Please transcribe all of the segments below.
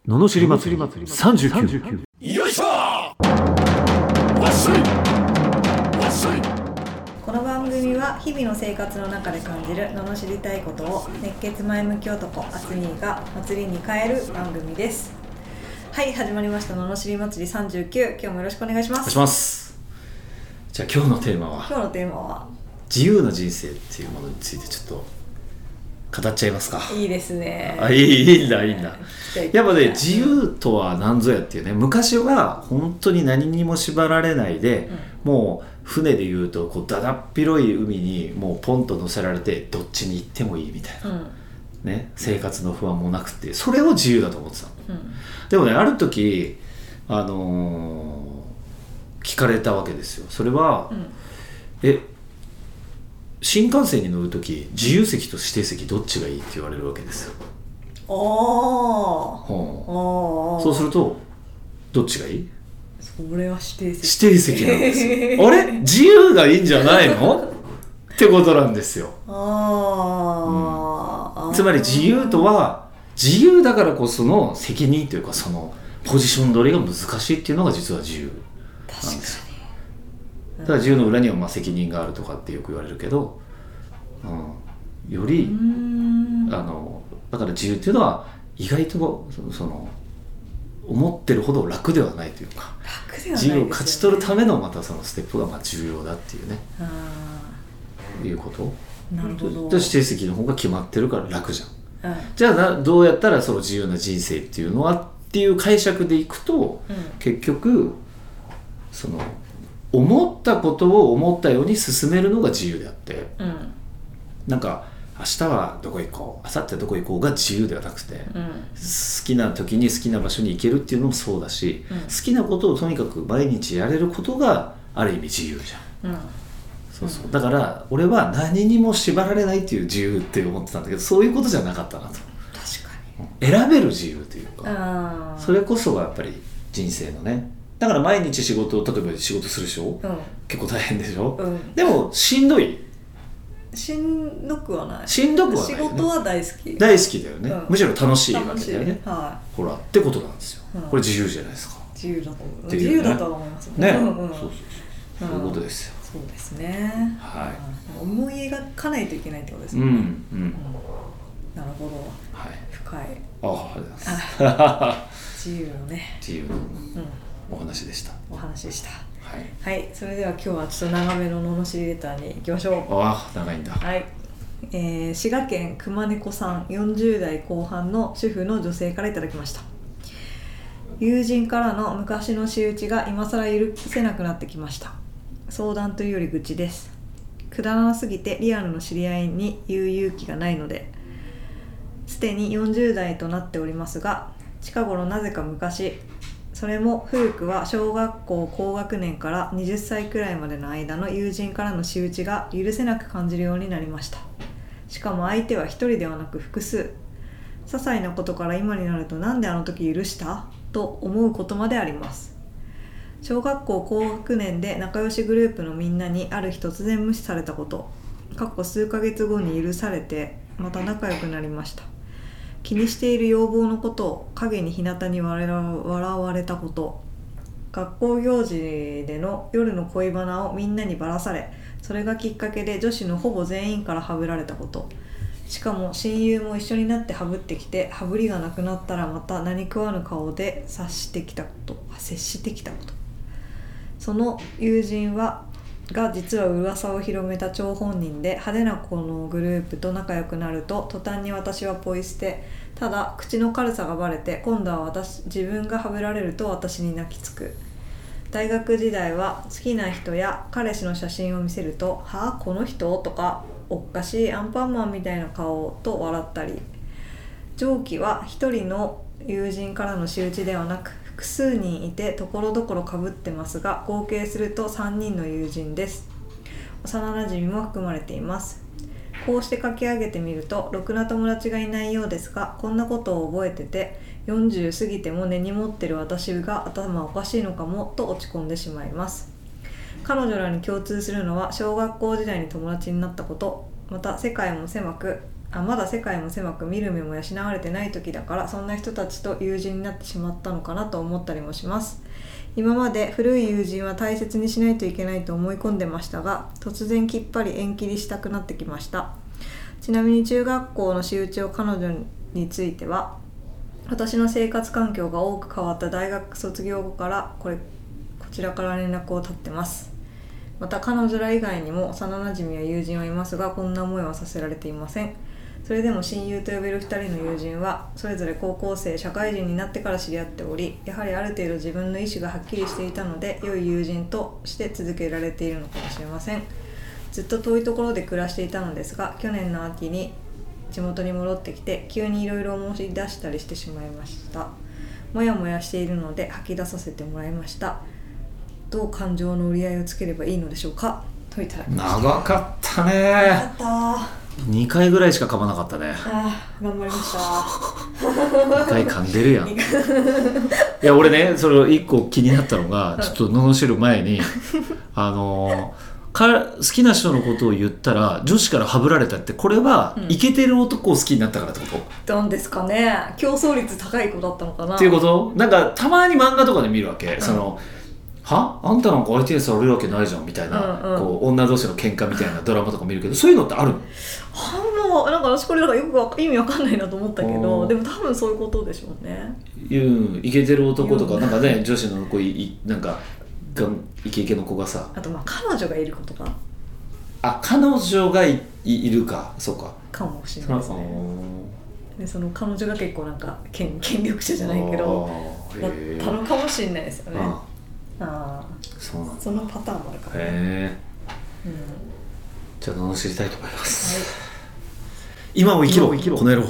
ののしり祭り39。 よいしょわっしょいわっしょい。 この番組は日々の生活の中で感じる罵りたいことを熱血前向き男アツニーが祭りに変える番組です。はい、始まりました罵り祭り39。今日もよろしくお願いします。 お願いします。じゃあ今日のテーマは自由な人生っていうものについてちょっと語っちゃいますか。 いいですね。 いいんだ。やっぱね、自由とは何ぞやっていうね、昔は本当に何にも縛られないで、もう船でいうとこうだだっ広い海にもうポンと乗せられてどっちに行ってもいいみたいな、ね、生活の不安もなくて、それを自由だと思ってたの、でもね、ある時聞かれたわけですよ。それは、新幹線に乗るとき自由席と指定席どっちがいいって言われるわけですよ。そうするとどっちがいい？ それは指定席なんですよ。あれ自由がいいんじゃないのってことなんですよ。つまり自由とは、自由だからこその責任というか、そのポジション取りが難しいっていうのが実は自由なんですよ。だから自由の裏には責任があるとかってよく言われるけど、よりだから自由っていうのは意外とその思ってるほど楽ではないというか、自由を勝ち取るためのまたそのステップが重要だっていうね、いうこと。 なるほど。 指定席の方が決まってるから楽じゃん、じゃあどうやったらその自由な人生っていうのはっていう解釈でいくと、結局その思ったことを思ったように進めるのが自由であって、なんか明日はどこ行こう、明後日どこ行こうが自由ではなくて、好きな時に好きな場所に行けるっていうのもそうだし、好きなことをとにかく毎日やれることがある意味自由じゃん、そうだから俺は何にも縛られないっていう自由って思ってたんだけど、そういうことじゃなかったなと。確かに選べる自由というか、それこそがやっぱり人生のね。だから毎日例えば仕事するでしょ、結構大変でしょ、でもしんどくはない。 しんどくはない、 仕事は大好きだよね、むしろ楽しいわけだよね、ほらってことなんですよ、これ自由じゃないですか。 自由だと思う、自由だとは思いますね、そういうことですよ。 そうですね、思い描かないといけないってことですね。なるほど、深い。 ありがとうございます。 自由のね、 自由のお話でした。 はい、それでは今日はちょっと長めの罵りレターに行きましょう。 長いんだ。 はい、滋賀県熊猫さん、40代後半の主婦の女性からいただきました。友人からの昔の仕打ちが今更許せなくなってきました。相談というより愚痴です。くだらなすぎてリアルの知り合いに言う勇気がないので、すでに40代となっておりますが、近頃なぜか昔、それも古くは小学校高学年から20歳くらいまでの間の友人からの仕打ちが許せなく感じるようになりました。しかも相手は一人ではなく複数。些細なことから今になると、なんであの時許したと思うことまであります。小学校高学年で仲良しグループのみんなにある日突然無視されたこと、数ヶ月後に許されてまた仲良くなりました。気にしている要望のことを陰に日向に笑われたこと、学校行事での夜の恋バナをみんなにばらされ、それがきっかけで女子のほぼ全員からハブられたこと、しかも親友も一緒になってハブってきて、ハブりがなくなったらまた何食わぬ顔で接してきたこと、その友人が実は噂を広めた張本人で、派手なこのグループと仲良くなると途端に私はポイ捨て。ただ口の軽さがバレて、今度は自分がハブられると私に泣きつく。大学時代は好きな人や彼氏の写真を見せると、はぁこの人とか、おっかしいアンパンマンみたいな顔と笑ったり。上記は一人の友人からの仕打ちではなく、複数人いてところどころ被ってますが、合計すると3人の友人です。幼馴染も含まれています。こうして書き上げてみると、ろくな友達がいないようですが、こんなことを覚えてて、40過ぎても根に持ってる私が頭おかしいのかもと落ち込んでしまいます。彼女らに共通するのは、小学校時代に友達になったこと、また世界も狭くまだ世界も狭く見る目も養われてない時だから、そんな人たちと友人になってしまったのかなと思ったりもします。今まで古い友人は大切にしないといけないと思い込んでましたが、突然きっぱり縁切りしたくなってきました。ちなみに中学校の仕打ちを彼女については、私の生活環境が多く変わった大学卒業後からこちらから連絡を絶ってます。また彼女ら以外にも幼なじみや友人はいますが、こんな思いはさせられていません。それでも親友と呼べる2人の友人はそれぞれ高校生、社会人になってから知り合っており、やはりある程度自分の意思がはっきりしていたので、良い友人として続けられているのかもしれません。ずっと遠いところで暮らしていたのですが、去年の秋に地元に戻ってきて急にいろいろ申し出したりしてしまいました。もやもやしているので吐き出させてもらいました。どう感情の折り合いをつければいいのでしょうか、といただきました。 長かったね。 長かった。 2回ぐらいしか噛まなかったね。 頑張りました。 2回噛んでるやん。いや俺ね、それ1個気になったのが、ちょっと罵る前に好きな人のことを言ったら女子からハブられたって、これはイケてる男を好きになったからってこと、 なんですかね。競争率高い子だったのかなっていうこと。なんかたまに漫画とかで見るわけ、あんたなんか相手にされるわけないじゃんみたいな、こう女同士の喧嘩みたいなドラマとか見るけど、そういうのってあるの？ もうなんか私これよく意味わかんないなと思ったけど、でも多分そういうことでしょうね。 イケてる男とかなんかね、女子の子なんかイケイケの子がさ、 あと彼女がいることか。 彼女が いるか、そうかもしれないですね。でその彼女が結構なんか権力者じゃないけどだったのかもしれないですよね。そうなんだ。そのパターンもあるからね。 じゃあ罵りたいと思います。今を生きろ、この野郎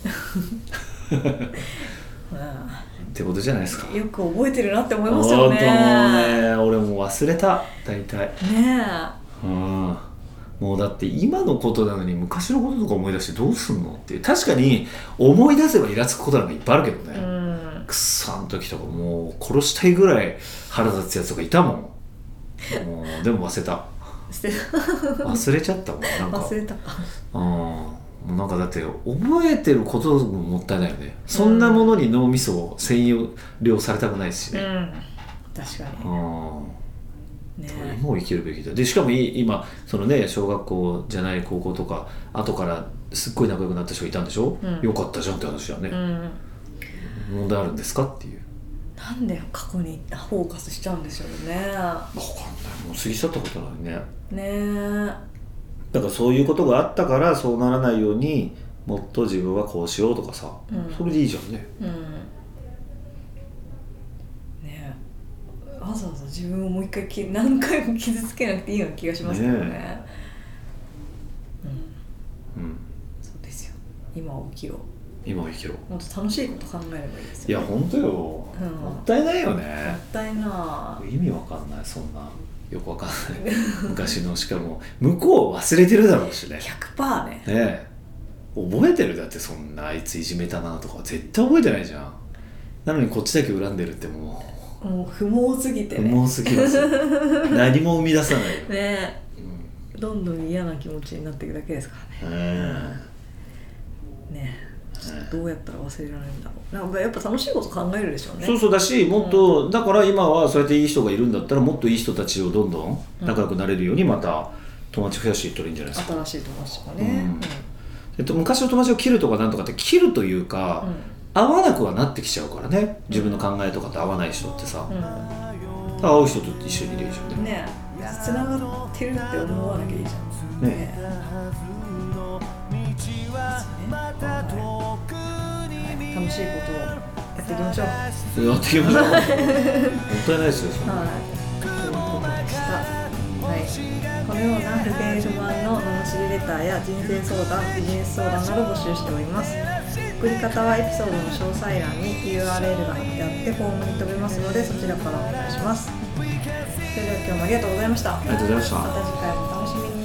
ってことじゃないですか。 よく覚えてるなって思いますよね。 俺も忘れた大体ねえ。もうだって今のことなのに昔のこととか思い出してどうすんのっていう。確かに思い出せばイラつくことなんかいっぱいあるけどね。くっそあの時とかもう殺したいぐらい腹立つやつとかいたもん。もうでも忘れた。忘れちゃったもん。なんか忘れたか。 もうなんかだって覚えてることももったいないよね。そんなものに脳みそを占領されたくないしね。 確かに。 もう生きるべきだ。でしかも今そのね、小学校じゃない高校とか後からすっごい仲良くなった人がいたんでしょ。よかったじゃんって話だね。問題あるんですかっていう。 なんで過去にフォーカスしちゃうんでしょうね。分かんない。 もう過ぎ去ったことないね。 だからそういうことがあったからそうならないようにもっと自分はこうしようとかさ、それでいいじゃんね。 わざわざ自分をもう一回何回も傷つけなくていいような気がしますけどね。そうですよ。今を生きろ。もっと楽しいこと考えればいいですよね。いや本当よ、もったいないよね。もったいない。意味わかんない。そんなよくわかんない昔の。しかも向こう忘れてるだろうしね。 100% ね。 覚えてる？だってそんなあいついじめたなとか絶対覚えてないじゃん。なのにこっちだけ恨んでるってもう不毛すぎてね。 不毛すぎます何も生み出さないよね。どんどん嫌な気持ちになっていくだけですからね。どうやったら忘れられるんだろう。なんかやっぱ楽しいこと考えるでしょうね。そうだし、もっと、だから今はそうやっていい人がいるんだったらもっといい人たちをどんどん仲良くなれるようにまた友達増やしていったらいいんじゃないですか。新しい友達とかね。昔の友達を切るとかなんとかって切るというか、合わなくはなってきちゃうからね。自分の考えとかと合わない人ってさ、会う人と一緒にいるでしょうね。つながってるって思わなきゃいいじゃんね。楽しいことをやっていきましょう。もったいないですよ。ということでした。このような不平不満の罵りレターや人生相談、ビジネス相談など募集しております。送り方はエピソードの詳細欄に URL が貼ってあってフォームに飛べますので、そちらからお願いします。それでは今日もありがとうございました。また次回もお楽しみに。